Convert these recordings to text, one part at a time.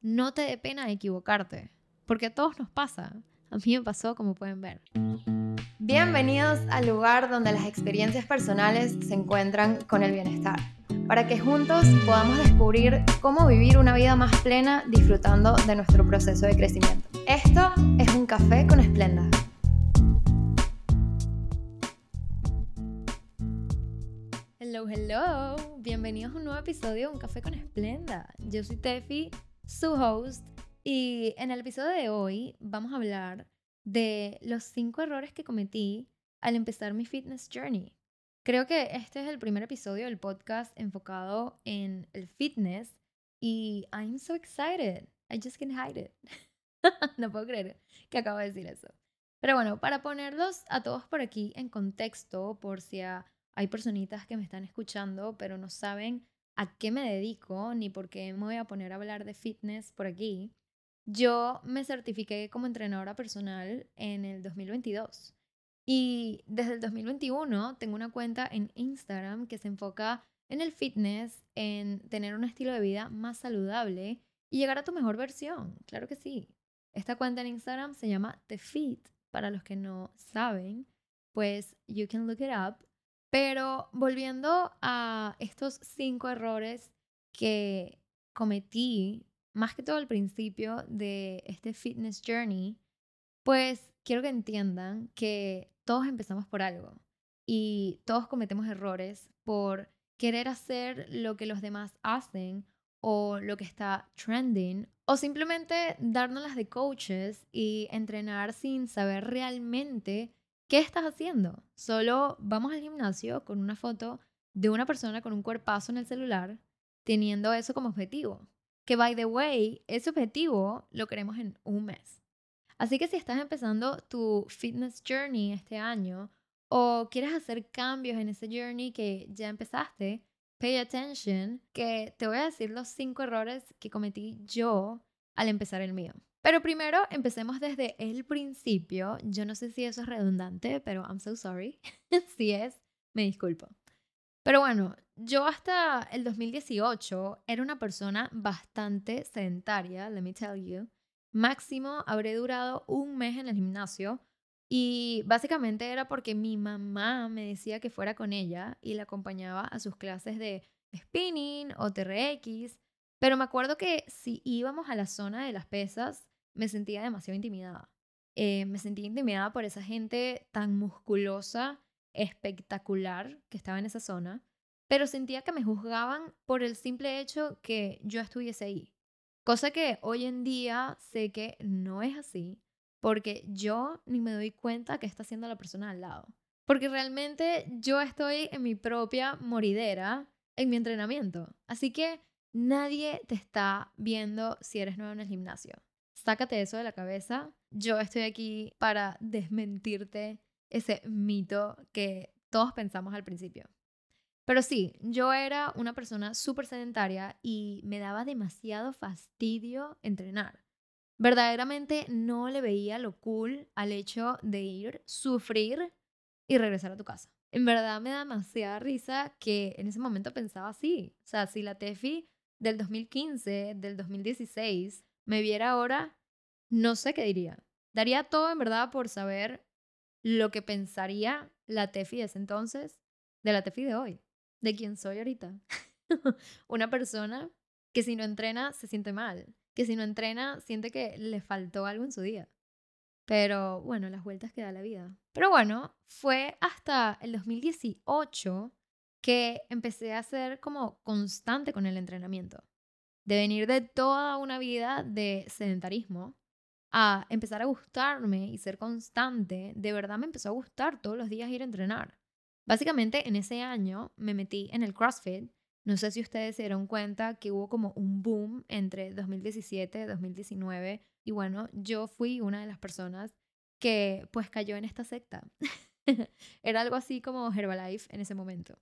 no te dé pena equivocarte, porque a todos nos pasa. A mí me pasó, como pueden ver. Bienvenidos al lugar donde las experiencias personales se encuentran con el bienestar, para que juntos podamos descubrir cómo vivir una vida más plena disfrutando de nuestro proceso de crecimiento. Esto es Un Café con Esplenda. Hello, bienvenidos a un nuevo episodio de Un Café con Esplenda. Yo soy Tefi, su host, y en el episodio de hoy vamos a hablar de los 5 errores que cometí al empezar mi fitness journey. Creo que este es el primer episodio del podcast enfocado en el fitness y I'm so excited. I just can't hide it. No puedo creer que acabo de decir eso. Pero bueno, para ponerlos a todos por aquí en contexto, por si hay personitas que me están escuchando, pero no saben a qué me dedico ni por qué me voy a poner a hablar de fitness por aquí. Yo me certifiqué como entrenadora personal en el 2022 y desde el 2021 tengo una cuenta en Instagram que se enfoca en el fitness, en tener un estilo de vida más saludable y llegar a tu mejor versión. Claro que sí. Esta cuenta en Instagram se llama The Fit. Para los que no saben, pues you can look it up. Pero volviendo a estos 5 errores que cometí, más que todo al principio de este fitness journey, pues quiero que entiendan que todos empezamos por algo y todos cometemos errores por querer hacer lo que los demás hacen o lo que está trending o simplemente dárnoslas de coaches y entrenar sin saber realmente qué estás haciendo. Solo vamos al gimnasio con una foto de una persona con un cuerpazo en el celular teniendo eso como objetivo. Que by the way, ese objetivo lo queremos en un mes. Así que si estás empezando tu fitness journey este año o quieres hacer cambios en ese journey que ya empezaste, pay attention, que te voy a decir los 5 errores que cometí yo al empezar el mío. Pero primero empecemos desde el principio. Yo no sé si eso es redundante, pero I'm so sorry. Si es, me disculpo. Pero bueno, yo hasta el 2018 era una persona bastante sedentaria, let me tell you. Máximo habré durado un mes en el gimnasio y básicamente era porque mi mamá me decía que fuera con ella y la acompañaba a sus clases de spinning o TRX, pero me acuerdo que si íbamos a la zona de las pesas me sentía demasiado intimidada. Me sentía intimidada por esa gente tan musculosa, espectacular que estaba en esa zona, pero sentía que me juzgaban por el simple hecho que yo estuviese ahí. Cosa que hoy en día sé que no es así, porque yo ni me doy cuenta que está haciendo la persona al lado. Porque realmente yo estoy en mi propia moridera, en mi entrenamiento. Así que nadie te está viendo si eres nuevo en el gimnasio. Sácate eso de la cabeza. Yo estoy aquí para desmentirte ese mito que todos pensamos al principio. Pero sí, yo era una persona súper sedentaria y me daba demasiado fastidio entrenar. Verdaderamente no le veía lo cool al hecho de ir, sufrir y regresar a tu casa. En verdad me da demasiada risa que en ese momento pensaba así. O sea, si la Tefi del 2015, del 2016, me viera ahora, no sé qué diría. Daría todo en verdad por saber lo que pensaría la Tefi de ese entonces de la Tefi de hoy, de quién soy ahorita. Una persona que si no entrena se siente mal, que si no entrena siente que le faltó algo en su día. Pero bueno, las vueltas que da la vida. Pero bueno, fue hasta el 2018 que empecé a ser como constante con el entrenamiento. De venir de toda una vida de sedentarismo a empezar a gustarme y ser constante, de verdad me empezó a gustar todos los días ir a entrenar. Básicamente en ese año me metí en el CrossFit. No sé si ustedes se dieron cuenta que hubo como un boom entre 2017 y 2019 y bueno, yo fui una de las personas que pues cayó en esta secta. Era algo así como Herbalife en ese momento.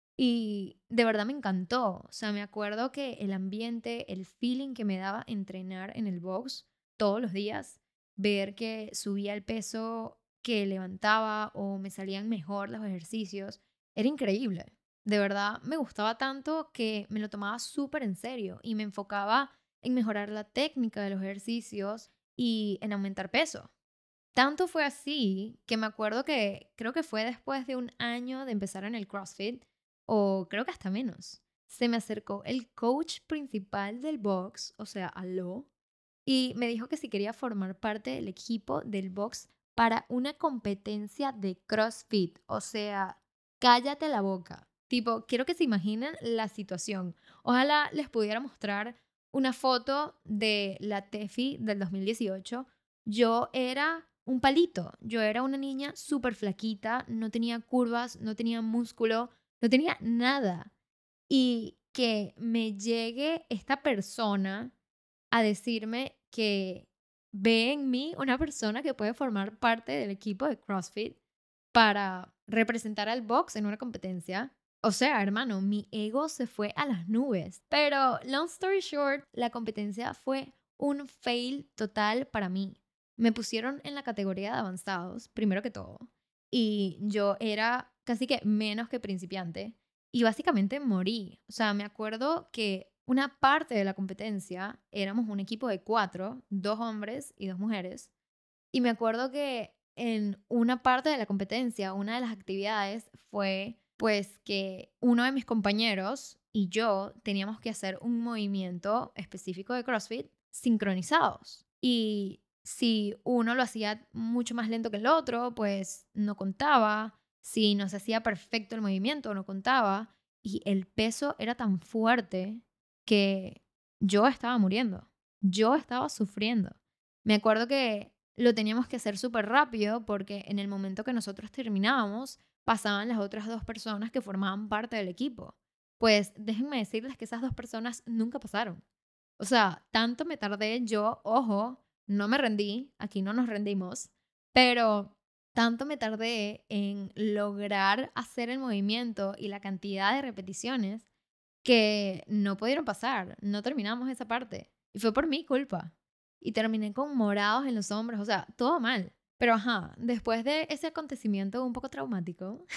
Y de verdad me encantó. O sea, me acuerdo que el ambiente, el feeling que me daba entrenar en el box todos los días, ver que subía el peso que levantaba o me salían mejor los ejercicios, era increíble. De verdad me gustaba tanto que me lo tomaba súper en serio y me enfocaba en mejorar la técnica de los ejercicios y en aumentar peso. Tanto fue así que me acuerdo que creo que fue después de un año de empezar en el CrossFit, o creo que hasta menos. Se me acercó el coach principal del box, o sea, aló, y me dijo que si quería formar parte del equipo del box para una competencia de CrossFit. O sea, cállate la boca. Tipo, quiero que se imaginen la situación. Ojalá les pudiera mostrar una foto de la Tefi del 2018. Yo era un palito. Yo era una niña súper flaquita, no tenía curvas, no tenía músculo, no tenía nada. Y que me llegue esta persona a decirme que ve en mí una persona que puede formar parte del equipo de CrossFit para representar al box en una competencia. O sea, hermano, mi ego se fue a las nubes. Pero, long story short, la competencia fue un fail total para mí. Me pusieron en la categoría de avanzados, primero que todo, y yo era casi que menos que principiante y básicamente morí. O sea, me acuerdo que una parte de la competencia éramos un equipo de 4, 2 hombres y 2 mujeres. Y me acuerdo que en una parte de la competencia, una de las actividades fue pues que uno de mis compañeros y yo teníamos que hacer un movimiento específico de CrossFit sincronizados. Y si uno lo hacía mucho más lento que el otro, pues no contaba. Si no se hacía perfecto el movimiento, no contaba. Y el peso era tan fuerte que yo estaba muriendo. Yo estaba sufriendo. Me acuerdo que lo teníamos que hacer súper rápido porque en el momento que nosotros terminábamos, pasaban las otras 2 personas que formaban parte del equipo. Pues déjenme decirles que esas 2 personas nunca pasaron. O sea, tanto me tardé yo, ojo, no me rendí, aquí no nos rendimos, pero tanto me tardé en lograr hacer el movimiento y la cantidad de repeticiones que no pudieron pasar, no terminamos esa parte. Y fue por mi culpa. Y terminé con morados en los hombros, o sea, todo mal. Pero ajá, después de ese acontecimiento un poco traumático,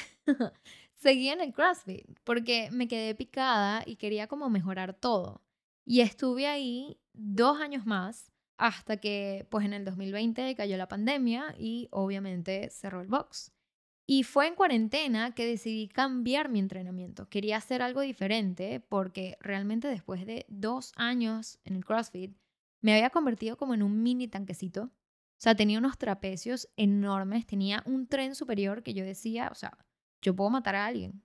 seguí en el CrossFit porque me quedé picada y quería como mejorar todo. Y estuve ahí 2 años más hasta que pues en el 2020 cayó la pandemia y obviamente cerró el box. Y fue en cuarentena que decidí cambiar mi entrenamiento. Quería hacer algo diferente porque realmente después de 2 años en el CrossFit me había convertido como en un mini tanquecito. O sea, tenía unos trapecios enormes, tenía un tren superior que yo decía, o sea, yo puedo matar a alguien.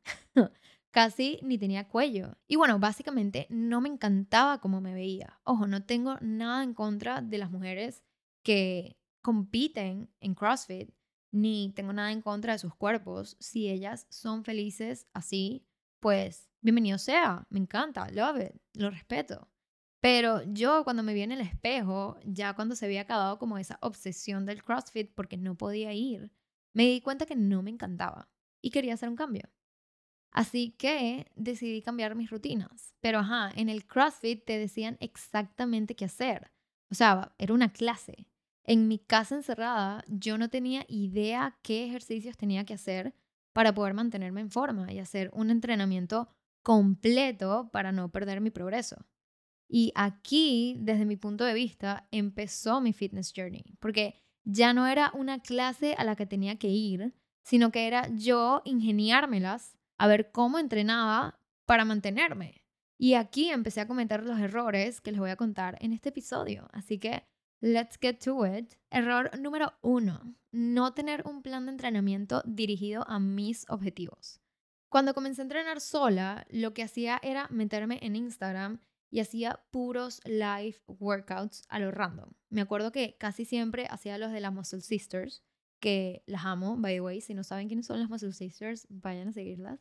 Casi ni tenía cuello. Y bueno, básicamente no me encantaba cómo me veía. Ojo, no tengo nada en contra de las mujeres que compiten en CrossFit ni tengo nada en contra de sus cuerpos. Si ellas son felices así, pues bienvenido sea, me encanta, love it, lo respeto. Pero yo cuando me vi en el espejo, ya cuando se había acabado como esa obsesión del CrossFit porque no podía ir, me di cuenta que no me encantaba y quería hacer un cambio. Así que decidí cambiar mis rutinas. Pero ajá, en el CrossFit te decían exactamente qué hacer. O sea, era una clase. En mi casa encerrada, yo no tenía idea qué ejercicios tenía que hacer para poder mantenerme en forma y hacer un entrenamiento completo para no perder mi progreso. Y aquí, desde mi punto de vista, empezó mi fitness journey, porque ya no era una clase a la que tenía que ir, sino que era yo ingeniármelas a ver cómo entrenaba para mantenerme. Y aquí empecé a cometer los errores que les voy a contar en este episodio. Así que, let's get to it. Error número 1, no tener un plan de entrenamiento dirigido a mis objetivos. Cuando comencé a entrenar sola, lo que hacía era meterme en Instagram y hacía puros live workouts a lo random. Me acuerdo que casi siempre hacía los de las Muscle Sisters, que las amo, by the way. Si no saben quiénes son las Muscle Sisters, vayan a seguirlas.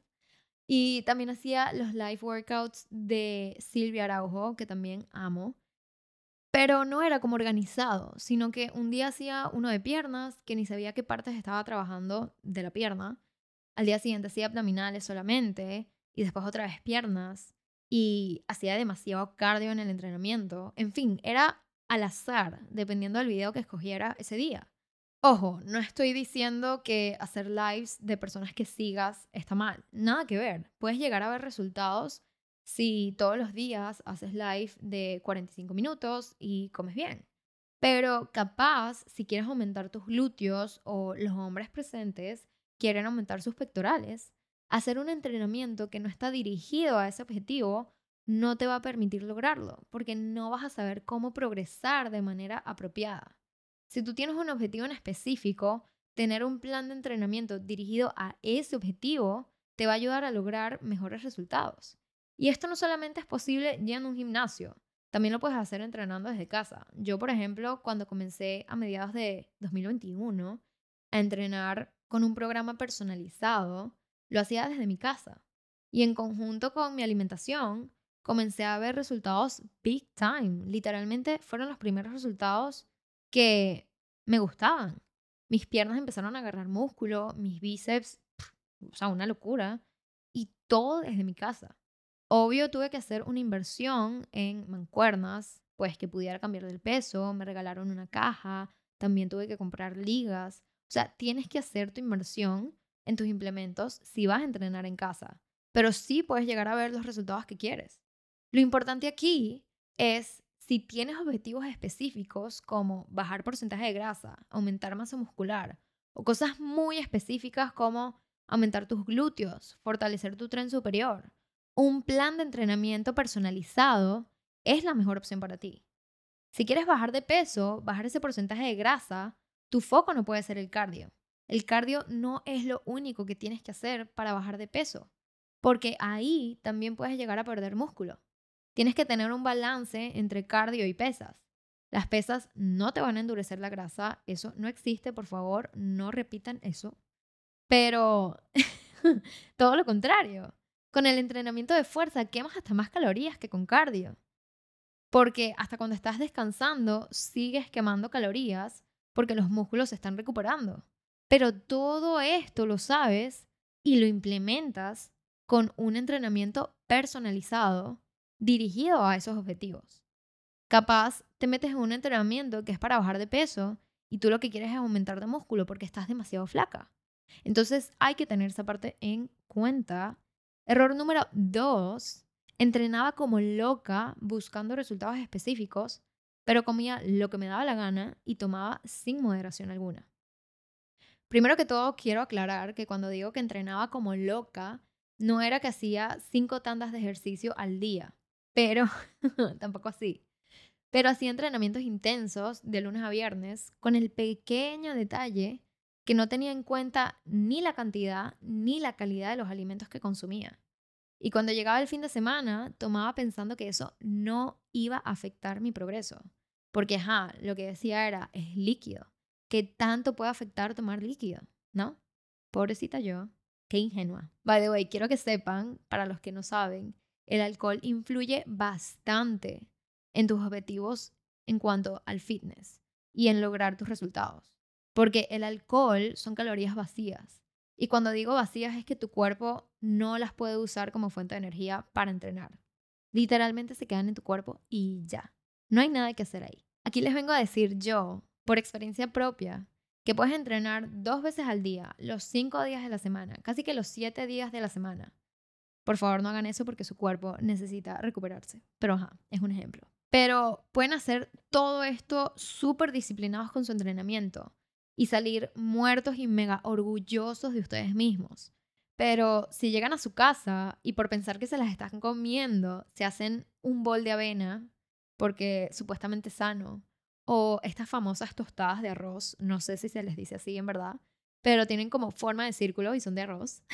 Y también hacía los live workouts de Silvia Araujo, que también amo. Pero no era como organizado, sino que un día hacía uno de piernas, que ni sabía qué partes estaba trabajando de la pierna. Al día siguiente hacía abdominales solamente y después otra vez piernas y hacía demasiado cardio en el entrenamiento. En fin, era al azar, dependiendo del video que escogiera ese día. Ojo, no estoy diciendo que hacer lives de personas que sigas está mal. Nada que ver. Puedes llegar a ver resultados si todos los días haces live de 45 minutos y comes bien. Pero capaz, si quieres aumentar tus glúteos o los hombres presentes quieren aumentar sus pectorales, hacer un entrenamiento que no está dirigido a ese objetivo no te va a permitir lograrlo, porque no vas a saber cómo progresar de manera apropiada. Si tú tienes un objetivo en específico, tener un plan de entrenamiento dirigido a ese objetivo te va a ayudar a lograr mejores resultados. Y esto no solamente es posible yendo a un gimnasio, también lo puedes hacer entrenando desde casa. Yo, por ejemplo, cuando comencé a mediados de 2021 a entrenar con un programa personalizado, lo hacía desde mi casa. Y en conjunto con mi alimentación, comencé a ver resultados big time. Literalmente fueron los primeros resultados que me gustaban. Mis piernas empezaron a agarrar músculo, mis bíceps, o sea, una locura. Y todo desde mi casa. Obvio, tuve que hacer una inversión en mancuernas, pues que pudiera cambiar del peso, me regalaron una caja, también tuve que comprar ligas. O sea, tienes que hacer tu inversión en tus implementos si vas a entrenar en casa, pero sí puedes llegar a ver los resultados que quieres. Lo importante aquí es si tienes objetivos específicos como bajar porcentaje de grasa, aumentar masa muscular o cosas muy específicas como aumentar tus glúteos, fortalecer tu tren superior. Un plan de entrenamiento personalizado es la mejor opción para ti. Si quieres bajar de peso, bajar ese porcentaje de grasa, tu foco no puede ser el cardio. El cardio no es lo único que tienes que hacer para bajar de peso, porque ahí también puedes llegar a perder músculo. Tienes que tener un balance entre cardio y pesas. Las pesas no te van a endurecer la grasa, eso no existe, por favor, no repitan eso. Pero todo lo contrario. Con el entrenamiento de fuerza quemas hasta más calorías que con cardio. Porque hasta cuando estás descansando, sigues quemando calorías porque los músculos se están recuperando. Pero todo esto lo sabes y lo implementas con un entrenamiento personalizado dirigido a esos objetivos. Capaz te metes en un entrenamiento que es para bajar de peso y tú lo que quieres es aumentar de músculo porque estás demasiado flaca. Entonces hay que tener esa parte en cuenta. Error número 2: entrenaba como loca buscando resultados específicos, pero comía lo que me daba la gana y tomaba sin moderación alguna. Primero que todo, quiero aclarar que cuando digo que entrenaba como loca, no era que hacía 5 tandas de ejercicio al día, pero tampoco así. Pero hacía entrenamientos intensos de lunes a viernes con el pequeño detalle que no tenía en cuenta ni la cantidad ni la calidad de los alimentos que consumía. Y cuando llegaba el fin de semana, tomaba pensando que eso no iba a afectar mi progreso. Porque, lo que decía era, es líquido. ¿Qué tanto puede afectar tomar líquido? ¿No? Pobrecita yo. Qué ingenua. By the way, quiero que sepan, para los que no saben, el alcohol influye bastante en tus objetivos en cuanto al fitness y en lograr tus resultados. Porque el alcohol son calorías vacías. Y cuando digo vacías es que tu cuerpo no las puede usar como fuente de energía para entrenar. Literalmente se quedan en tu cuerpo y ya. No hay nada que hacer ahí. Aquí les vengo a decir yo, por experiencia propia, que puedes entrenar 2 veces al día, los 5 días de la semana, casi que los 7 días de la semana. Por favor, no hagan eso porque su cuerpo necesita recuperarse. Pero es un ejemplo. Pero pueden hacer todo esto súper disciplinados con su entrenamiento y salir muertos y mega orgullosos de ustedes mismos. Pero si llegan a su casa y por pensar que se las están comiendo, se hacen un bol de avena porque supuestamente es sano, o estas famosas tostadas de arroz, no sé si se les dice así en verdad, pero tienen como forma de círculo y son de arroz.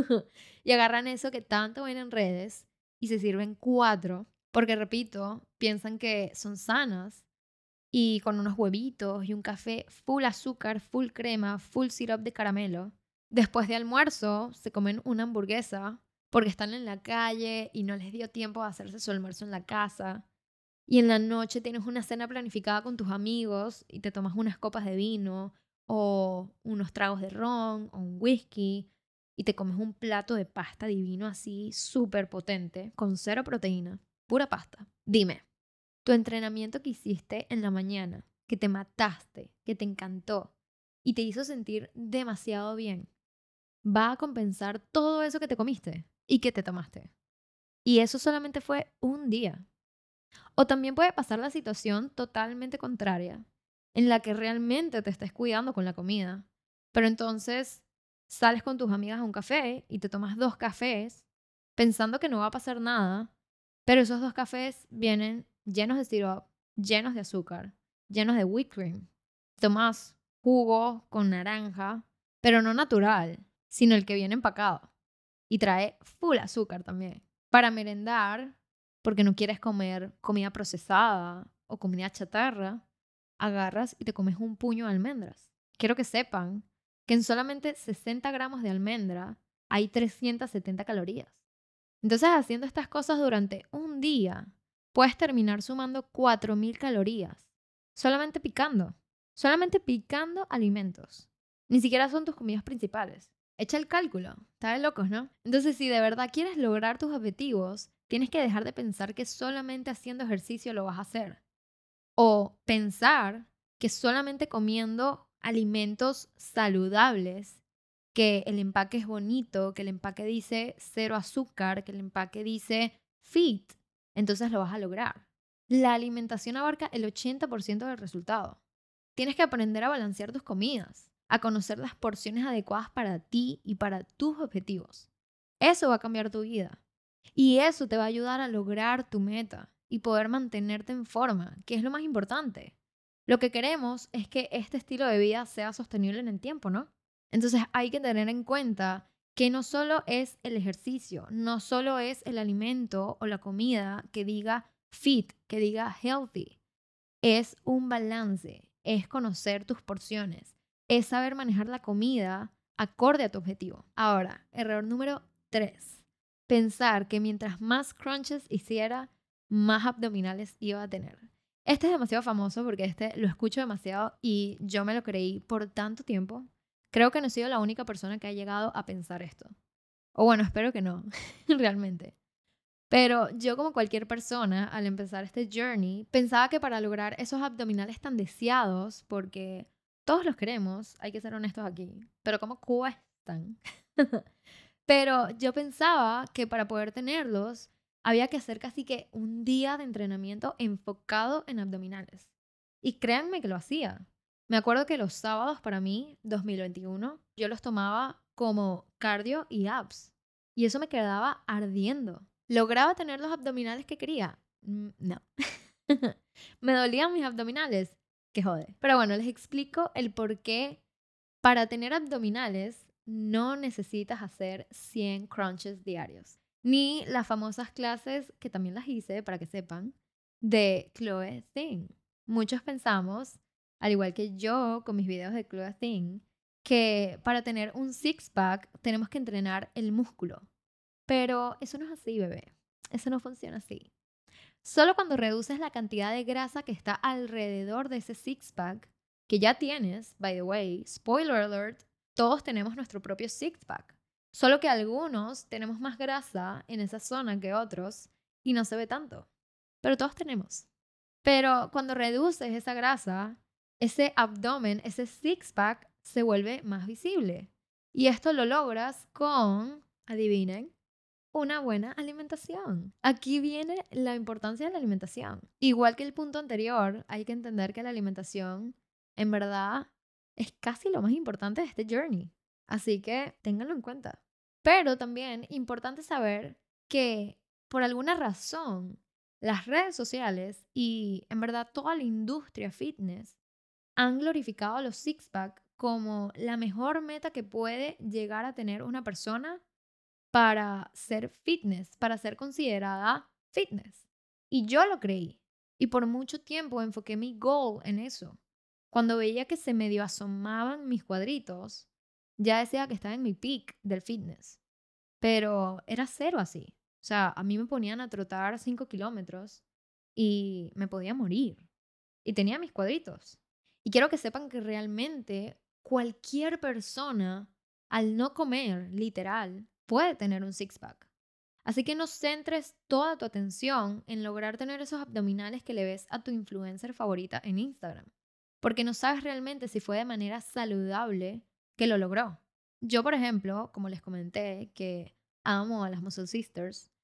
Y agarran eso que tanto ven en redes y se sirven 4, porque repito, piensan que son sanas y con unos huevitos y un café full azúcar, full crema, full syrup de caramelo. Después de almuerzo se comen una hamburguesa porque están en la calle y no les dio tiempo a hacerse su almuerzo en la casa. Y en la noche tienes una cena planificada con tus amigos y te tomas unas copas de vino o unos tragos de ron o un whisky y te comes un plato de pasta divino así súper potente con cero proteína, pura pasta. Dime, tu entrenamiento que hiciste en la mañana, que te mataste, que te encantó y te hizo sentir demasiado bien, va a compensar todo eso que te comiste y que te tomaste. Y eso solamente fue un día. O también puede pasar la situación totalmente contraria, en la que realmente te estés cuidando con la comida. Pero entonces sales con tus amigas a un café y te tomas 2 cafés pensando que no va a pasar nada, pero esos 2 cafés vienen llenos de sirope, llenos de azúcar, llenos de whipped cream. Tomas jugo con naranja, pero no natural, sino el que viene empacado. Y trae full azúcar también. Para merendar, porque no quieres comer comida procesada o comida chatarra, agarras y te comes un puño de almendras. Quiero que sepan que en solamente 60 gramos de almendra hay 370 calorías. Entonces, haciendo estas cosas durante un día, puedes terminar sumando 4000 calorías. Solamente picando alimentos. Ni siquiera son tus comidas principales. Echa el cálculo. Está de locos, ¿no? Entonces, si de verdad quieres lograr tus objetivos, tienes que dejar de pensar que solamente haciendo ejercicio lo vas a hacer. O pensar que solamente comiendo alimentos saludables, que el empaque es bonito, que el empaque dice 0 azúcar, que el empaque dice fit, entonces lo vas a lograr. La alimentación abarca el 80% del resultado. Tienes que aprender a balancear tus comidas, a conocer las porciones adecuadas para ti y para tus objetivos. Eso va a cambiar tu vida. Y eso te va a ayudar a lograr tu meta y poder mantenerte en forma, que es lo más importante. Lo que queremos es que este estilo de vida sea sostenible en el tiempo, ¿no? Entonces hay que tener en cuenta que no solo es el ejercicio, no solo es el alimento o la comida que diga fit, que diga healthy. Es un balance, es conocer tus porciones, es saber manejar la comida acorde a tu objetivo. Ahora, error número 3. Pensar que mientras más crunches hiciera, más abdominales iba a tener. Este es demasiado famoso porque este lo escucho demasiado y yo me lo creí por tanto tiempo. Creo que no he sido la única persona que ha llegado a pensar esto. O bueno, espero que no, realmente. Pero yo, como cualquier persona, al empezar este journey, pensaba que para lograr esos abdominales tan deseados, porque todos los queremos, hay que ser honestos aquí, pero ¿cómo cuestan? Pero yo pensaba que para poder tenerlos había que hacer casi que un día de entrenamiento enfocado en abdominales. Y créanme que lo hacía. Me acuerdo que los sábados para mí, 2021, yo los tomaba como cardio y abs. Y eso me quedaba ardiendo. ¿Lograba tener los abdominales que quería? No. ¿Me dolían mis abdominales? Que jode. Pero bueno, les explico el por qué. Para tener abdominales no necesitas hacer 100 crunches diarios. Ni las famosas clases, que también las hice, para que sepan, de Chloe Ting. Muchos pensamos, al igual que yo con mis videos de Chloe Ting, que para tener un six-pack tenemos que entrenar el músculo. Pero eso no es así, bebé. Eso no funciona así. Solo cuando reduces la cantidad de grasa que está alrededor de ese six-pack, que ya tienes, by the way, spoiler alert, todos tenemos nuestro propio six-pack. Solo que algunos tenemos más grasa en esa zona que otros y no se ve tanto. Pero todos tenemos. Pero cuando reduces esa grasa, ese abdomen, ese six-pack se vuelve más visible. Y esto lo logras con, adivinen, una buena alimentación. Aquí viene la importancia de la alimentación. Igual que el punto anterior, hay que entender que la alimentación, en verdad, es casi lo más importante de este journey. Así que ténganlo en cuenta. Pero también importante saber que por alguna razón las redes sociales y en verdad toda la industria fitness han glorificado a los six-pack como la mejor meta que puede llegar a tener una persona para ser fitness, para ser considerada fitness. Y yo lo creí. Y por mucho tiempo enfoqué mi goal en eso. Cuando veía que se medio asomaban mis cuadritos, ya decía que estaba en mi peak del fitness. Pero era cero así. O sea, a mí me ponían a trotar 5 kilómetros y me podía morir. Y tenía mis cuadritos. Y quiero que sepan que realmente cualquier persona, al no comer, literal, puede tener un six-pack. Así que no centres toda tu atención en lograr tener esos abdominales que le ves a tu influencer favorita en Instagram. Porque no sabes realmente si fue de manera saludable que lo logró. Yo, por ejemplo, como les comenté, que amo a las Muscle Sisters,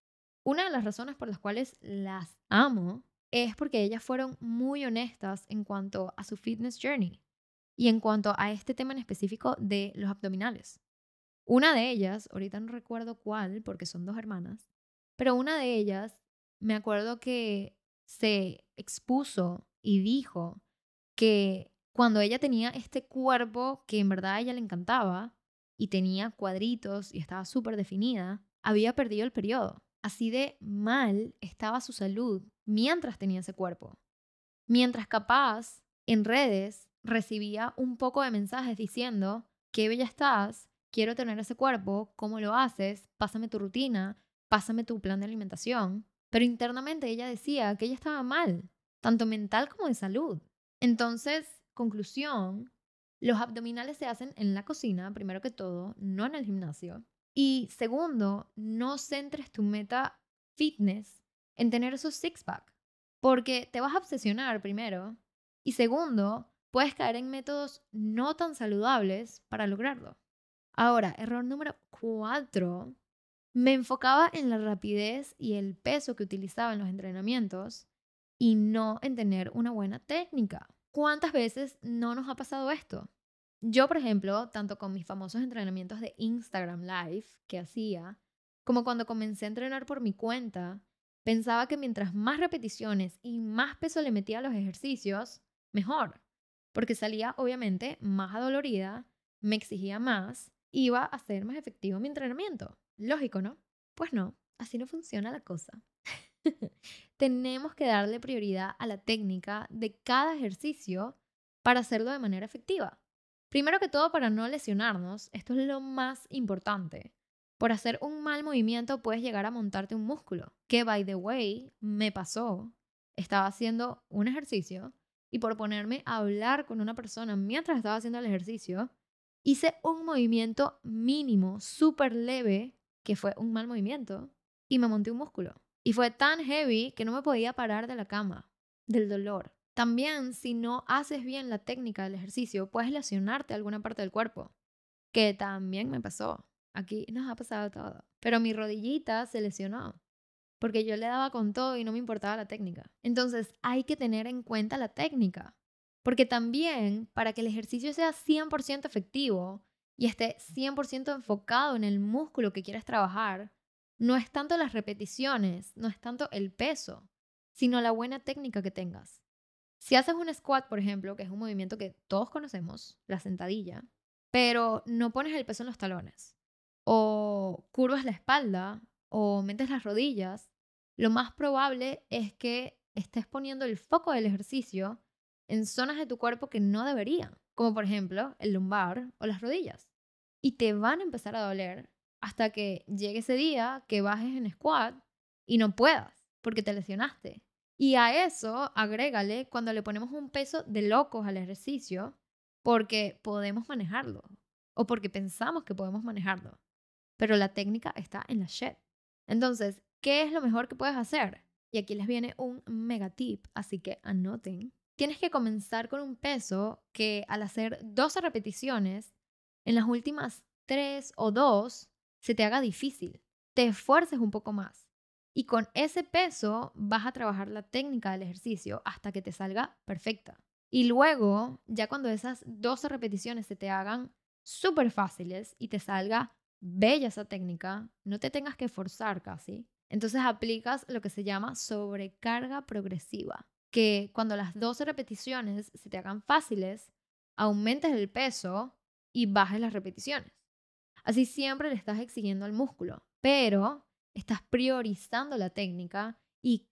Una de las razones por las cuales las amo es porque ellas fueron muy honestas en cuanto a su fitness journey y en cuanto a este tema en específico de los abdominales. Una de ellas, ahorita no recuerdo cuál, porque son dos hermanas, pero una de ellas me acuerdo que se expuso y dijo que cuando ella tenía este cuerpo que en verdad a ella le encantaba y tenía cuadritos y estaba súper definida, había perdido el periodo. Así de mal estaba su salud mientras tenía ese cuerpo. Mientras capaz en redes recibía un poco de mensajes diciendo, qué bella estás, quiero tener ese cuerpo, ¿cómo lo haces? Pásame tu rutina, pásame tu plan de alimentación. Pero internamente ella decía que ella estaba mal, tanto mental como de salud. Entonces, conclusión, los abdominales se hacen en la cocina, primero que todo, no en el gimnasio. Y segundo, no centres tu meta fitness en tener esos six-pack, porque te vas a obsesionar primero y segundo, puedes caer en métodos no tan saludables para lograrlo. Ahora, error número 4, me enfocaba en la rapidez y el peso que utilizaba en los entrenamientos y no en tener una buena técnica. ¿Cuántas veces no nos ha pasado esto? Yo, por ejemplo, tanto con mis famosos entrenamientos de Instagram Live que hacía, como cuando comencé a entrenar por mi cuenta, pensaba que mientras más repeticiones y más peso le metía a los ejercicios, mejor. Porque salía obviamente más adolorida, me exigía más, iba a ser más efectivo mi entrenamiento. Lógico, ¿no? Pues no, así no funciona la cosa. Tenemos que darle prioridad a la técnica de cada ejercicio para hacerlo de manera efectiva. Primero que todo, para no lesionarnos, esto es lo más importante. Por hacer un mal movimiento puedes llegar a montarte un músculo, que by the way, me pasó. Estaba haciendo un ejercicio y por ponerme a hablar con una persona mientras estaba haciendo el ejercicio, hice un movimiento mínimo, súper leve, que fue un mal movimiento, y me monté un músculo. Y fue tan heavy que no me podía parar de la cama, del dolor. También, si no haces bien la técnica del ejercicio, puedes lesionarte alguna parte del cuerpo, que también me pasó. Aquí nos ha pasado todo. Pero mi rodillita se lesionó, porque yo le daba con todo y no me importaba la técnica. Entonces, hay que tener en cuenta la técnica, porque también para que el ejercicio sea 100% efectivo y esté 100% enfocado en el músculo que quieres trabajar, no es tanto las repeticiones, no es tanto el peso, sino la buena técnica que tengas. Si haces un squat, por ejemplo, que es un movimiento que todos conocemos, la sentadilla, pero no pones el peso en los talones, o curvas la espalda, o metes las rodillas, lo más probable es que estés poniendo el foco del ejercicio en zonas de tu cuerpo que no deberían, como por ejemplo el lumbar o las rodillas. Y te van a empezar a doler hasta que llegue ese día que bajes en squat y no puedas, porque te lesionaste. Y a eso agrégale cuando le ponemos un peso de locos al ejercicio porque podemos manejarlo o porque pensamos que podemos manejarlo. Pero la técnica está en la shit. Entonces, ¿qué es lo mejor que puedes hacer? Y aquí les viene un mega tip, así que anoten. Tienes que comenzar con un peso que al hacer 12 repeticiones, en las últimas 3 o 2 se te haga difícil. Te esfuerces un poco más. Y con ese peso vas a trabajar la técnica del ejercicio hasta que te salga perfecta. Y luego, ya cuando esas 12 repeticiones se te hagan súper fáciles y te salga bella esa técnica, no te tengas que forzar casi. Entonces aplicas lo que se llama sobrecarga progresiva, que cuando las 12 repeticiones se te hagan fáciles, aumentes el peso y bajes las repeticiones. Así siempre le estás exigiendo al músculo, pero estás priorizando la técnica y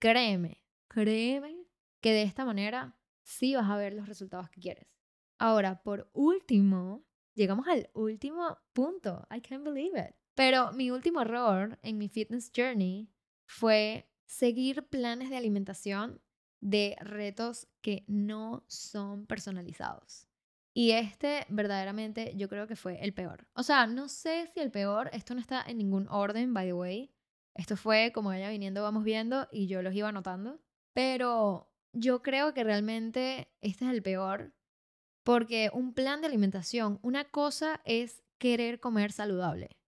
créeme que de esta manera sí vas a ver los resultados que quieres. Ahora, por último, llegamos al último punto. I can't believe it. Pero mi último error en mi fitness journey fue seguir planes de alimentación de retos que no son personalizados. Y este verdaderamente yo creo que fue el peor. O sea, no sé si el peor, esto no está en ningún orden, by the way. Esto fue como vaya viniendo, vamos viendo y yo los iba anotando. Pero yo creo que realmente este es el peor porque un plan de alimentación, una cosa es querer comer saludable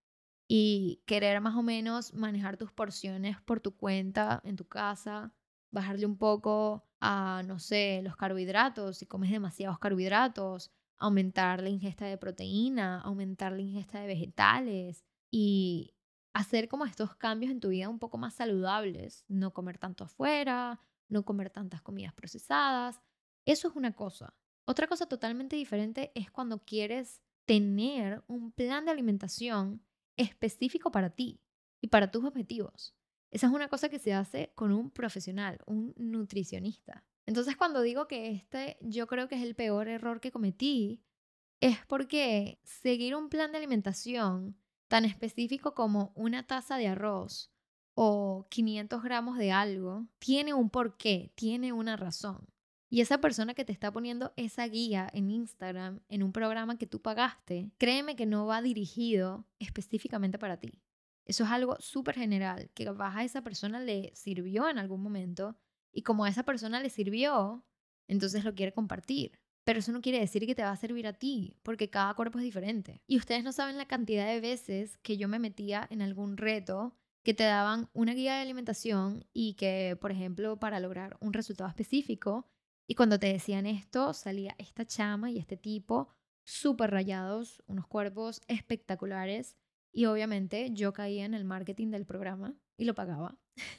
y querer más o menos manejar tus porciones por tu cuenta en tu casa, bajarle un poco a, no sé, los carbohidratos, si comes demasiados carbohidratos, aumentar la ingesta de proteína, aumentar la ingesta de vegetales y hacer como estos cambios en tu vida un poco más saludables, no comer tanto afuera, no comer tantas comidas procesadas. Eso es una cosa. Otra cosa totalmente diferente es cuando quieres tener un plan de alimentación específico para ti y para tus objetivos. Esa es una cosa que se hace con un profesional, un nutricionista. Entonces, cuando digo que yo creo que es el peor error que cometí, es porque seguir un plan de alimentación tan específico como una taza de arroz o 500 gramos de algo tiene un porqué, tiene una razón. Y esa persona que te está poniendo esa guía en Instagram, en un programa que tú pagaste, créeme que no va dirigido específicamente para ti. Eso es algo súper general, que capaz a esa persona le sirvió en algún momento y como a esa persona le sirvió, entonces lo quiere compartir. Pero eso no quiere decir que te va a servir a ti, porque cada cuerpo es diferente. Y ustedes no saben la cantidad de veces que yo me metía en algún reto que te daban una guía de alimentación y que, por ejemplo, para lograr un resultado específico, y cuando te decían esto, salía esta chama y este tipo súper rayados, unos cuerpos espectaculares, y obviamente yo caía en el marketing del programa y lo pagaba.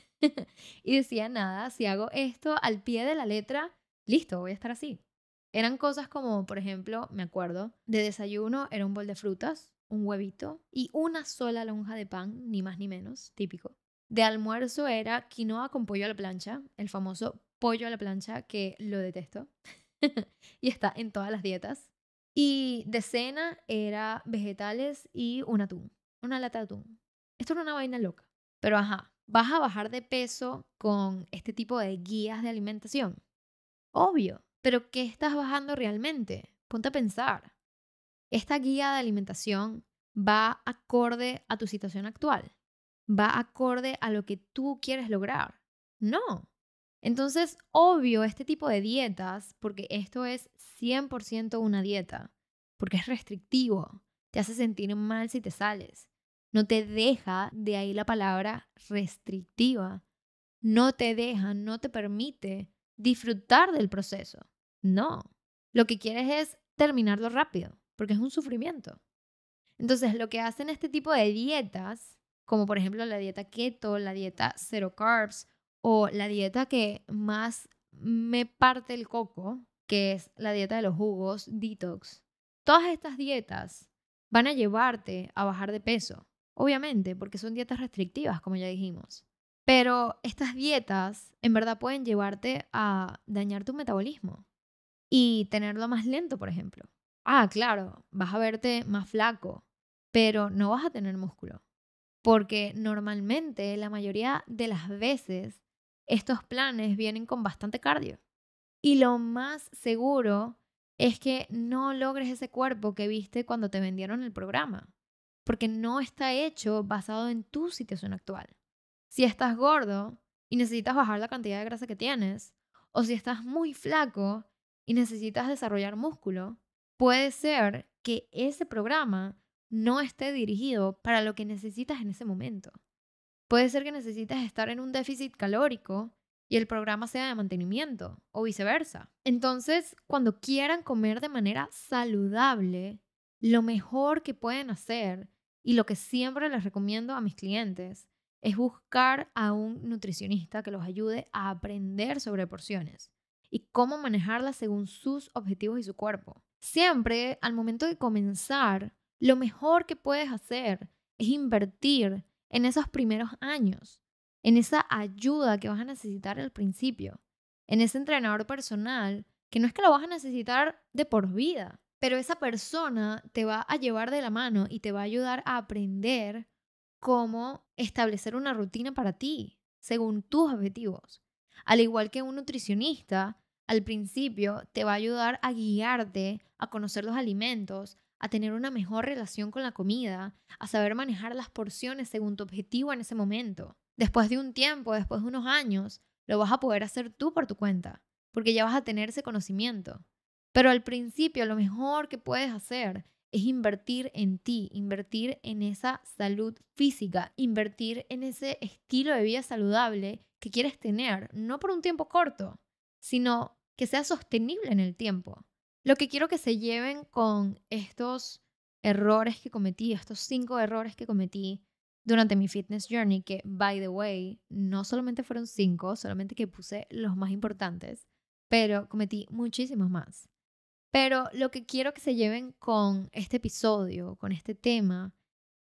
Y decía, nada, si hago esto al pie de la letra, listo, voy a estar así. Eran cosas como, por ejemplo, me acuerdo, de desayuno era un bol de frutas, un huevito y una sola lonja de pan, ni más ni menos, típico. De almuerzo era quinoa con pollo a la plancha, el famoso pollo a la plancha que lo detesto y está en todas las dietas. Y de cena era vegetales y un atún, una lata de atún. Esto era una vaina loca. Pero ajá, ¿vas a bajar de peso con este tipo de guías de alimentación? Obvio, pero ¿qué estás bajando realmente? Ponte a pensar. ¿Esta guía de alimentación va acorde a tu situación actual? ¿Va acorde a lo que tú quieres lograr? No. Entonces, obvio, este tipo de dietas, porque esto es 100% una dieta, porque es restrictivo, te hace sentir mal si te sales. No te deja, de ahí la palabra restrictiva, no te deja, no te permite disfrutar del proceso. No. Lo que quieres es terminarlo rápido, porque es un sufrimiento. Entonces, lo que hacen este tipo de dietas, como por ejemplo la dieta keto, la dieta zero carbs o la dieta que más me parte el coco, que es la dieta de los jugos, detox, todas estas dietas van a llevarte a bajar de peso, obviamente, porque son dietas restrictivas, como ya dijimos. Pero estas dietas en verdad pueden llevarte a dañar tu metabolismo y tenerlo más lento, por ejemplo. Ah, claro, vas a verte más flaco, pero no vas a tener músculo, porque normalmente la mayoría de las veces estos planes vienen con bastante cardio. Y lo más seguro es que no logres ese cuerpo que viste cuando te vendieron el programa, porque no está hecho basado en tu situación actual. Si estás gordo y necesitas bajar la cantidad de grasa que tienes, o si estás muy flaco y necesitas desarrollar músculo, puede ser que ese programa no esté dirigido para lo que necesitas en ese momento. Puede ser que necesites estar en un déficit calórico y el programa sea de mantenimiento o viceversa. Entonces, cuando quieran comer de manera saludable, lo mejor que pueden hacer y lo que siempre les recomiendo a mis clientes es buscar a un nutricionista que los ayude a aprender sobre porciones y cómo manejarlas según sus objetivos y su cuerpo. Siempre, al momento de comenzar, lo mejor que puedes hacer es invertir en esos primeros años, en esa ayuda que vas a necesitar al principio, en ese entrenador personal, que no es que lo vas a necesitar de por vida, pero esa persona te va a llevar de la mano y te va a ayudar a aprender cómo establecer una rutina para ti, según tus objetivos. Al igual que un nutricionista, al principio te va a ayudar a guiarte, a conocer los alimentos, a tener una mejor relación con la comida, a saber manejar las porciones según tu objetivo en ese momento. Después de un tiempo, después de unos años, lo vas a poder hacer tú por tu cuenta, porque ya vas a tener ese conocimiento. Pero al principio lo mejor que puedes hacer es invertir en ti, invertir en esa salud física, invertir en ese estilo de vida saludable que quieres tener, no por un tiempo corto, sino que sea sostenible en el tiempo. Lo que quiero que se lleven con estos errores que cometí, estos 5 errores que cometí durante mi fitness journey, que, by the way, no solamente fueron 5, solamente que puse los más importantes, pero cometí muchísimos más. Pero lo que quiero que se lleven con este episodio, con este tema,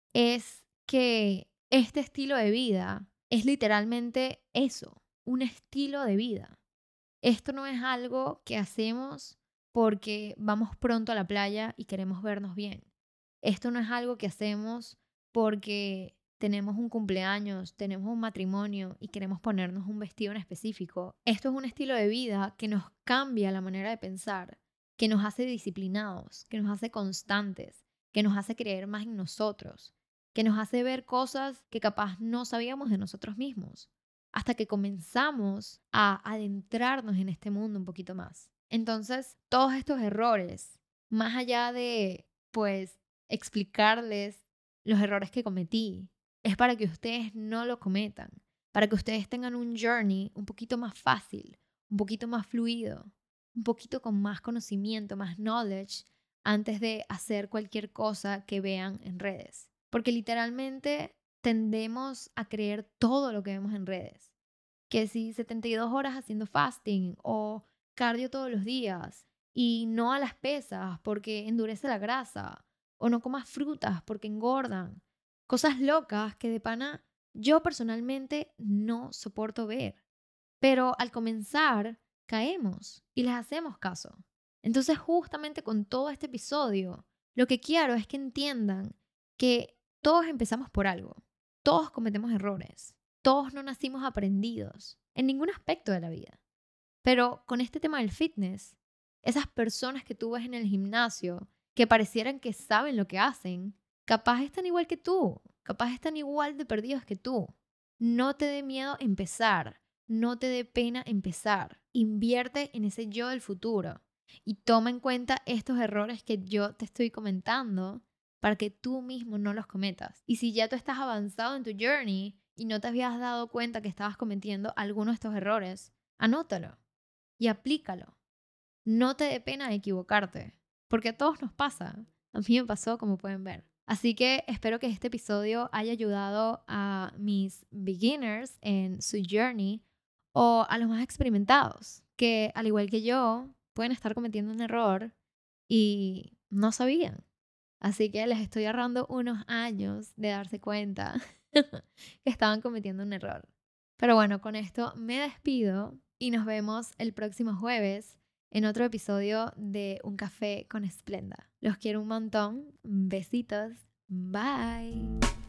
es que este estilo de vida es literalmente eso, un estilo de vida. Esto no es algo que hacemos porque vamos pronto a la playa y queremos vernos bien. Esto no es algo que hacemos porque tenemos un cumpleaños, tenemos un matrimonio y queremos ponernos un vestido en específico. Esto es un estilo de vida que nos cambia la manera de pensar, que nos hace disciplinados, que nos hace constantes, que nos hace creer más en nosotros, que nos hace ver cosas que capaz no sabíamos de nosotros mismos, hasta que comenzamos a adentrarnos en este mundo un poquito más. Entonces, todos estos errores, más allá de, pues, explicarles los errores que cometí, es para que ustedes no lo cometan, para que ustedes tengan un journey un poquito más fácil, un poquito más fluido, un poquito con más conocimiento, más knowledge, antes de hacer cualquier cosa que vean en redes. Porque literalmente tendemos a creer todo lo que vemos en redes. Que si 72 horas haciendo fasting o cardio todos los días y no a las pesas porque endurece la grasa o no comas frutas porque engordan. Cosas locas que de pana yo personalmente no soporto ver. Pero al comenzar caemos y les hacemos caso. Entonces justamente con todo este episodio, lo que quiero es que entiendan que todos empezamos por algo. Todos cometemos errores. Todos no nacimos aprendidos en ningún aspecto de la vida. Pero con este tema del fitness, esas personas que tú ves en el gimnasio que parecieran que saben lo que hacen, capaz están igual que tú, capaz están igual de perdidos que tú. No te dé miedo empezar, no te dé pena empezar. Invierte en ese yo del futuro y toma en cuenta estos errores que yo te estoy comentando para que tú mismo no los cometas. Y si ya tú estás avanzado en tu journey y no te habías dado cuenta que estabas cometiendo alguno de estos errores, anótalo y aplícalo. No te dé pena equivocarte, porque a todos nos pasa. A mí me pasó, como pueden ver. Así que espero que este episodio haya ayudado a mis beginners en su journey o a los más experimentados, que al igual que yo, pueden estar cometiendo un error y no sabían. Así que les estoy ahorrando unos años de darse cuenta que estaban cometiendo un error. Pero bueno, con esto me despido y nos vemos el próximo jueves en otro episodio de Un Café con Esplenda. Los quiero un montón. Besitos. Bye.